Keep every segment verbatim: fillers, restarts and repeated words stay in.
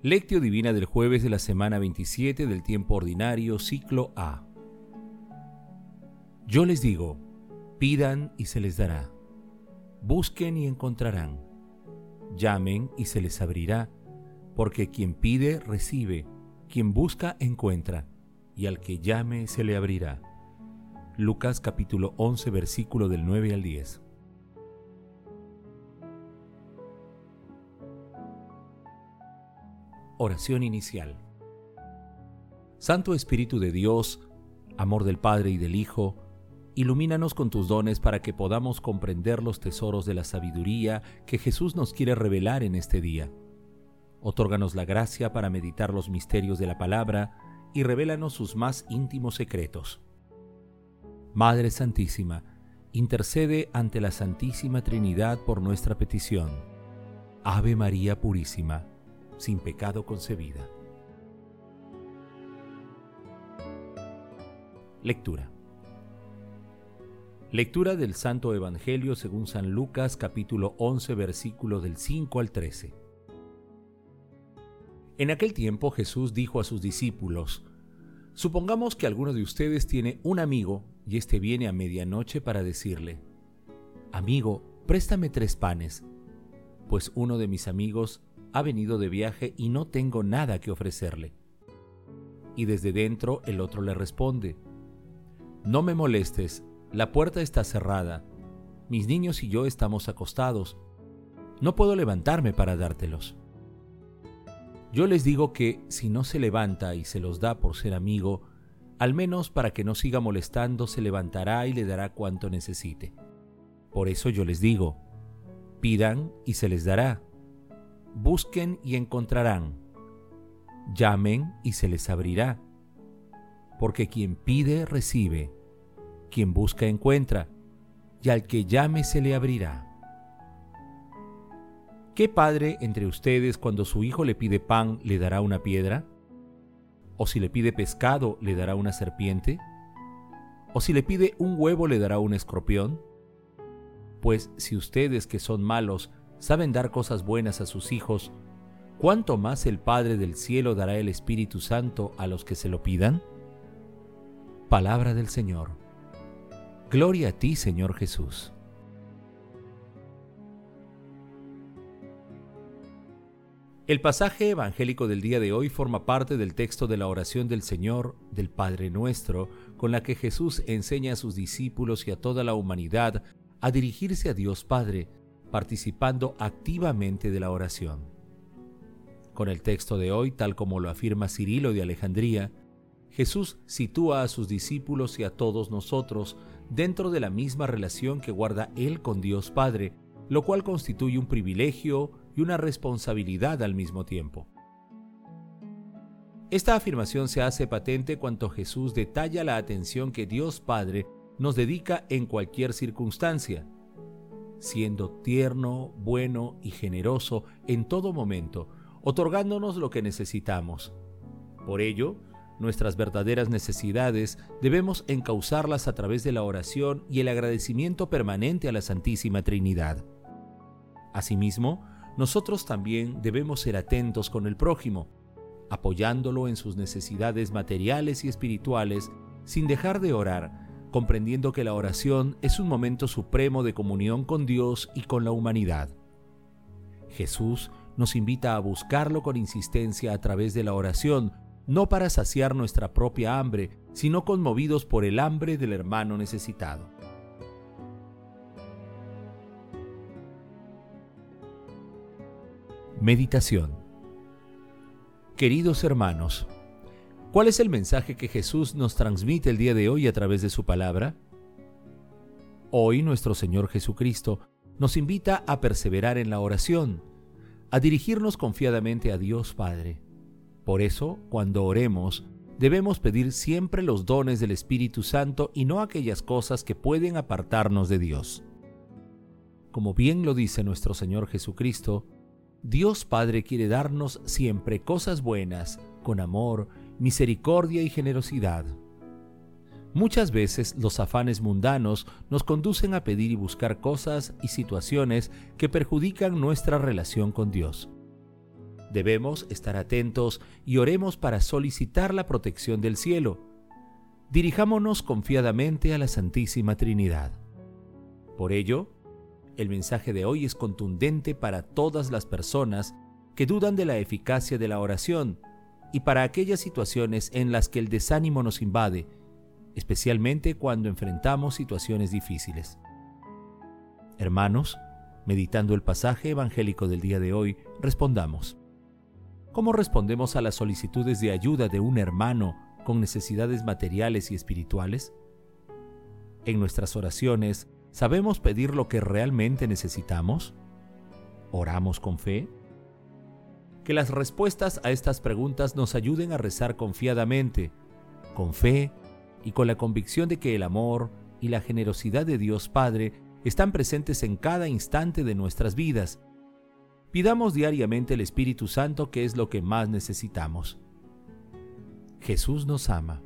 Lectio Divina del jueves de la semana veintisiete del tiempo ordinario, ciclo A. Yo les digo, pidan y se les dará. Busquen y encontrarán. Llamen y se les abrirá, porque quien pide recibe, quien busca encuentra, y al que llame se le abrirá. Lucas capítulo once, versículo del nueve al diez. Oración inicial. Santo Espíritu de Dios, amor del Padre y del Hijo, ilumínanos con tus dones para que podamos comprender los tesoros de la sabiduría que Jesús nos quiere revelar en este día. Otórganos la gracia para meditar los misterios de la palabra y revélanos sus más íntimos secretos. Madre Santísima, intercede ante la Santísima Trinidad por nuestra petición. Ave María Purísima, sin pecado concebida. Lectura. Lectura del Santo Evangelio según San Lucas, capítulo once, versículo del cinco al trece. En aquel tiempo Jesús dijo a sus discípulos: Supongamos que alguno de ustedes tiene un amigo y éste viene a medianoche para decirle: Amigo, préstame tres panes, pues uno de mis amigos ha venido de viaje y no tengo nada que ofrecerle. Y desde dentro el otro le responde: No me molestes, la puerta está cerrada, mis niños y yo estamos acostados, no puedo levantarme para dártelos. Yo les digo que si no se levanta y se los da por ser amigo, al menos para que no siga molestando se levantará y le dará cuanto necesite. Por eso yo les digo, pidan y se les dará. Busquen y encontrarán. Llamen y se les abrirá. Porque quien pide, recibe. Quien busca, encuentra. Y al que llame, se le abrirá. ¿Qué padre entre ustedes, cuando su hijo le pide pan, le dará una piedra? ¿O si le pide pescado, le dará una serpiente? ¿O si le pide un huevo, le dará un escorpión? Pues si ustedes, que son malos, saben dar cosas buenas a sus hijos, ¿cuánto más el Padre del cielo dará el Espíritu Santo a los que se lo pidan? Palabra del Señor. Gloria a ti, Señor Jesús. El pasaje evangélico del día de hoy forma parte del texto de la oración del Señor, del Padre Nuestro, con la que Jesús enseña a sus discípulos y a toda la humanidad a dirigirse a Dios Padre, participando activamente de la oración. Con el texto de hoy, tal como lo afirma Cirilo de Alejandría, Jesús sitúa a sus discípulos y a todos nosotros dentro de la misma relación que guarda Él con Dios Padre, lo cual constituye un privilegio y una responsabilidad al mismo tiempo. Esta afirmación se hace patente cuando Jesús detalla la atención que Dios Padre nos dedica en cualquier circunstancia, siendo tierno, bueno y generoso en todo momento, otorgándonos lo que necesitamos. Por ello, nuestras verdaderas necesidades debemos encauzarlas a través de la oración y el agradecimiento permanente a la Santísima Trinidad. Asimismo, nosotros también debemos ser atentos con el prójimo, apoyándolo en sus necesidades materiales y espirituales, sin dejar de orar, comprendiendo que la oración es un momento supremo de comunión con Dios y con la humanidad. Jesús nos invita a buscarlo con insistencia a través de la oración, no para saciar nuestra propia hambre, sino conmovidos por el hambre del hermano necesitado. Meditación. Queridos hermanos, ¿cuál es el mensaje que Jesús nos transmite el día de hoy a través de su palabra? Hoy nuestro Señor Jesucristo nos invita a perseverar en la oración, a dirigirnos confiadamente a Dios Padre. Por eso, cuando oremos, debemos pedir siempre los dones del Espíritu Santo y no aquellas cosas que pueden apartarnos de Dios. Como bien lo dice nuestro Señor Jesucristo, Dios Padre quiere darnos siempre cosas buenas, con amor, misericordia y generosidad. Muchas veces los afanes mundanos nos conducen a pedir y buscar cosas y situaciones que perjudican nuestra relación con Dios. Debemos estar atentos y oremos para solicitar la protección del cielo. Dirijámonos confiadamente a la Santísima Trinidad. Por ello, el mensaje de hoy es contundente para todas las personas que dudan de la eficacia de la oración y para aquellas situaciones en las que el desánimo nos invade, especialmente cuando enfrentamos situaciones difíciles. Hermanos, meditando el pasaje evangélico del día de hoy, respondamos. ¿Cómo respondemos a las solicitudes de ayuda de un hermano con necesidades materiales y espirituales? En nuestras oraciones, ¿sabemos pedir lo que realmente necesitamos? ¿Oramos con fe? Que las respuestas a estas preguntas nos ayuden a rezar confiadamente, con fe y con la convicción de que el amor y la generosidad de Dios Padre están presentes en cada instante de nuestras vidas. Pidamos diariamente el Espíritu Santo, que es lo que más necesitamos. Jesús nos ama.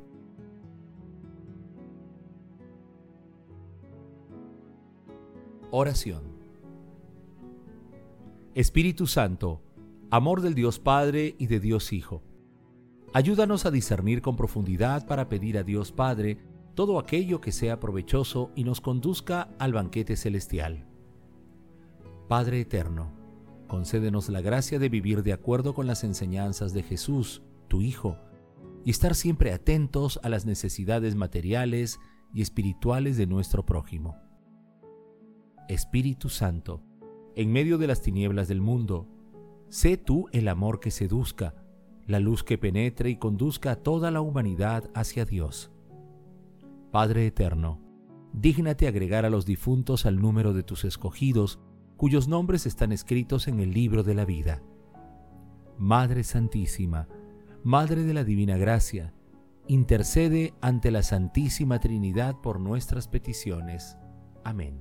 Oración. Espíritu Santo, amor del Dios Padre y de Dios Hijo, ayúdanos a discernir con profundidad para pedir a Dios Padre todo aquello que sea provechoso y nos conduzca al banquete celestial. Padre eterno, concédenos la gracia de vivir de acuerdo con las enseñanzas de Jesús, tu Hijo, y estar siempre atentos a las necesidades materiales y espirituales de nuestro prójimo. Espíritu Santo, en medio de las tinieblas del mundo, sé tú el amor que seduzca, la luz que penetre y conduzca a toda la humanidad hacia Dios. Padre eterno, dígnate agregar a los difuntos al número de tus escogidos, cuyos nombres están escritos en el libro de la vida. Madre Santísima, Madre de la Divina Gracia, intercede ante la Santísima Trinidad por nuestras peticiones. Amén.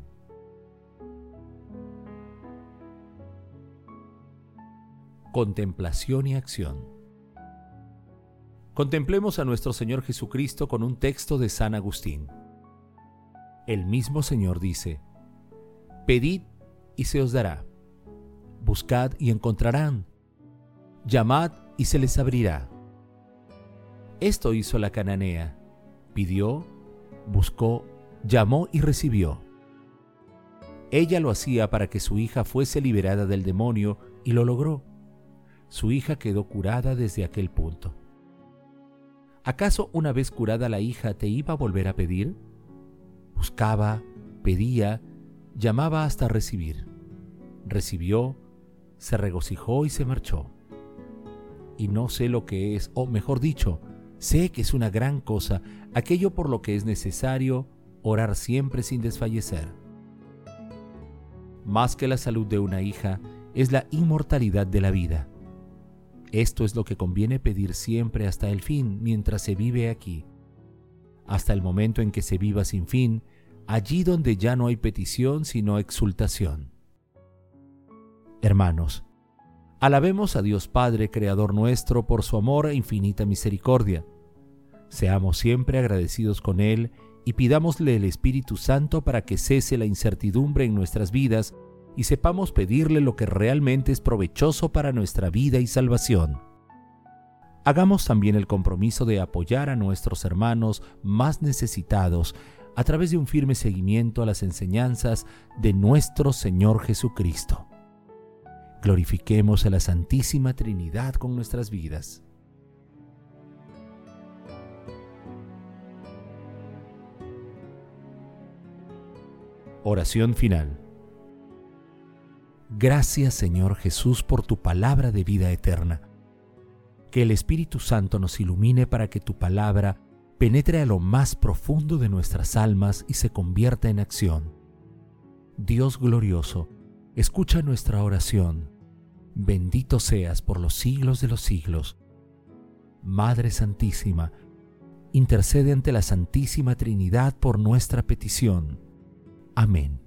Contemplación y acción. Contemplemos a nuestro Señor Jesucristo con un texto de San Agustín. El mismo Señor dice: Pedid y se os dará, buscad y encontrarán, llamad y se les abrirá. Esto hizo la cananea: pidió, buscó, llamó y recibió. Ella lo hacía para que su hija fuese liberada del demonio y lo logró. Su hija quedó curada desde aquel punto. ¿Acaso una vez curada la hija te iba a volver a pedir? Buscaba, pedía, llamaba hasta recibir. Recibió, se regocijó y se marchó. Y no sé lo que es, o mejor dicho, sé que es una gran cosa, aquello por lo que es necesario orar siempre sin desfallecer. Más que la salud de una hija, es la inmortalidad de la vida. Esto es lo que conviene pedir siempre hasta el fin, mientras se vive aquí. Hasta el momento en que se viva sin fin, allí donde ya no hay petición sino exultación. Hermanos, alabemos a Dios Padre, Creador nuestro, por su amor e infinita misericordia. Seamos siempre agradecidos con Él y pidámosle el Espíritu Santo para que cese la incertidumbre en nuestras vidas y sepamos pedirle lo que realmente es provechoso para nuestra vida y salvación. Hagamos también el compromiso de apoyar a nuestros hermanos más necesitados a través de un firme seguimiento a las enseñanzas de nuestro Señor Jesucristo. Glorifiquemos a la Santísima Trinidad con nuestras vidas. Oración final. Gracias, Señor Jesús, por tu palabra de vida eterna. Que el Espíritu Santo nos ilumine para que tu palabra penetre a lo más profundo de nuestras almas y se convierta en acción. Dios glorioso, escucha nuestra oración. Bendito seas por los siglos de los siglos. Madre Santísima, intercede ante la Santísima Trinidad por nuestra petición. Amén.